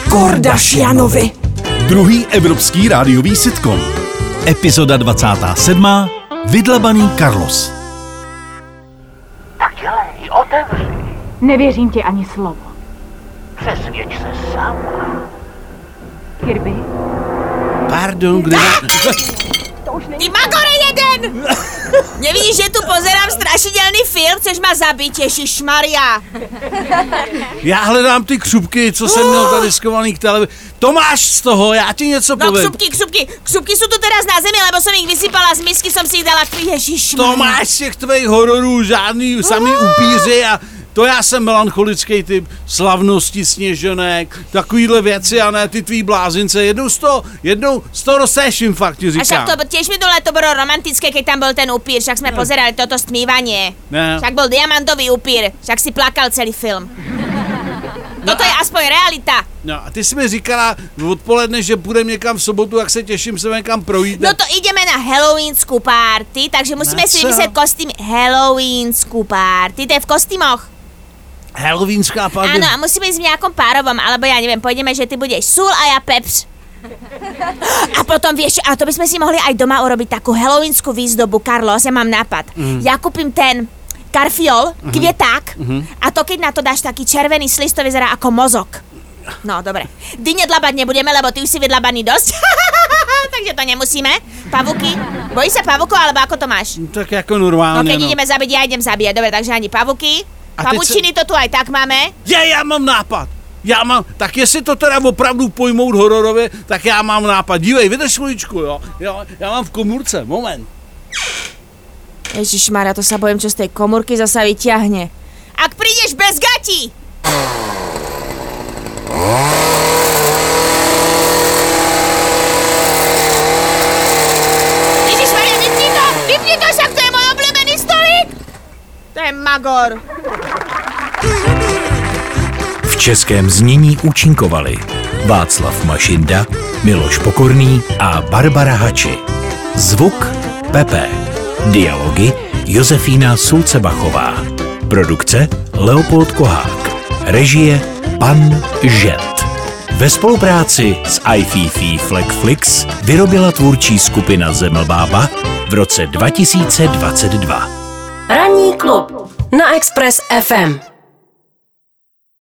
Kardashianovi. Druhý evropský rádiový sitcom. Epizoda 27. Vydlabaný Carlos. Tak dělej, otevři. Nevěřím ti ani slovo. Přesvědč se sama. Kirby? Pardon, kde... Ty magore jeden! Nevidíš, že tu pozerám strašidelný film? Chceš ma zabiť, ježišmarja? Já hledám ty křupky, co jsem měl tady skovaný k televizi. Tomáš z toho, já ti něco povím. No křupky sú tu teraz na zemi, lebo som ich vysypala z misky, som si ich dala k ježišmarja. Tomáš z těch tvých hororů, žádný samý upíři a to já jsem melancholický typ, slavnosti Sněženek, takovýhle věci a ne ty tvý blázince. Jednou z toho rozséším, fakt ti říkám. A však to tiež minule to bolo romantické, keď tam bol ten upír, však sme pozerali toto stmívanie. Ne. Však bol diamantový upír, však si plakal celý film. Toto je aspoň realita. No a ty jsi mi říkala odpoledne, že půjdeme někam v sobotu, jak se těším se někam projít. No to ideme na halloweensku party, takže musíme si vymyslet kostým. Halloweensku party, to je v kostýmoch. Halloweenská party? Áno, a musíme ísť v nejakom párovom, alebo ja neviem, pôjdeme, že ty budeš Sul a ja Pepř. A potom vieš, a to by sme si mohli aj doma urobiť takú halloweensku výzdobu, Carlos, ja mám nápad. Ja kúpim ten karfiol, kvieták a to keď na to dáš taký červený slis, to vyzerá ako mozog. No, dobre. Dyne dlabať nebudeme, lebo ty už si vydlabaný dosť. Takže to nemusíme. Pavuky. Bojíš sa pavukov, alebo ako to máš? Tak ako normálne, no. Keď ideme zabiť, ja idem zabíjať. Dobre, takže ani pavuky. Pavučiny to tu aj tak máme. Já mám nápad. Tak jestli to teda opravdu pojmout hororově, tak já mám nápad. Dívej, vydrž chviličku, jo. Já mám v komůrce, moment. Ježišmarja, to sa bojím, čo z tej komórky zasa vyťahne. Ak prídeš bez gatí! Ježišmarja, vypni to, však to je môj obľúbený stolík! To je magor. V českém znění účinkovali Václav Mašinda, Miloš Pokorný a Barbara Hači. Zvuk Pepe. Dialogy Josefína Sulcebachová. Produkce Leopold Kohák. Režie Pan Žet. Ve spolupráci s iFiFi Flexflix vyrobila tvůrčí skupina Zemlbába v roce 2022. Ranní klub na Express FM.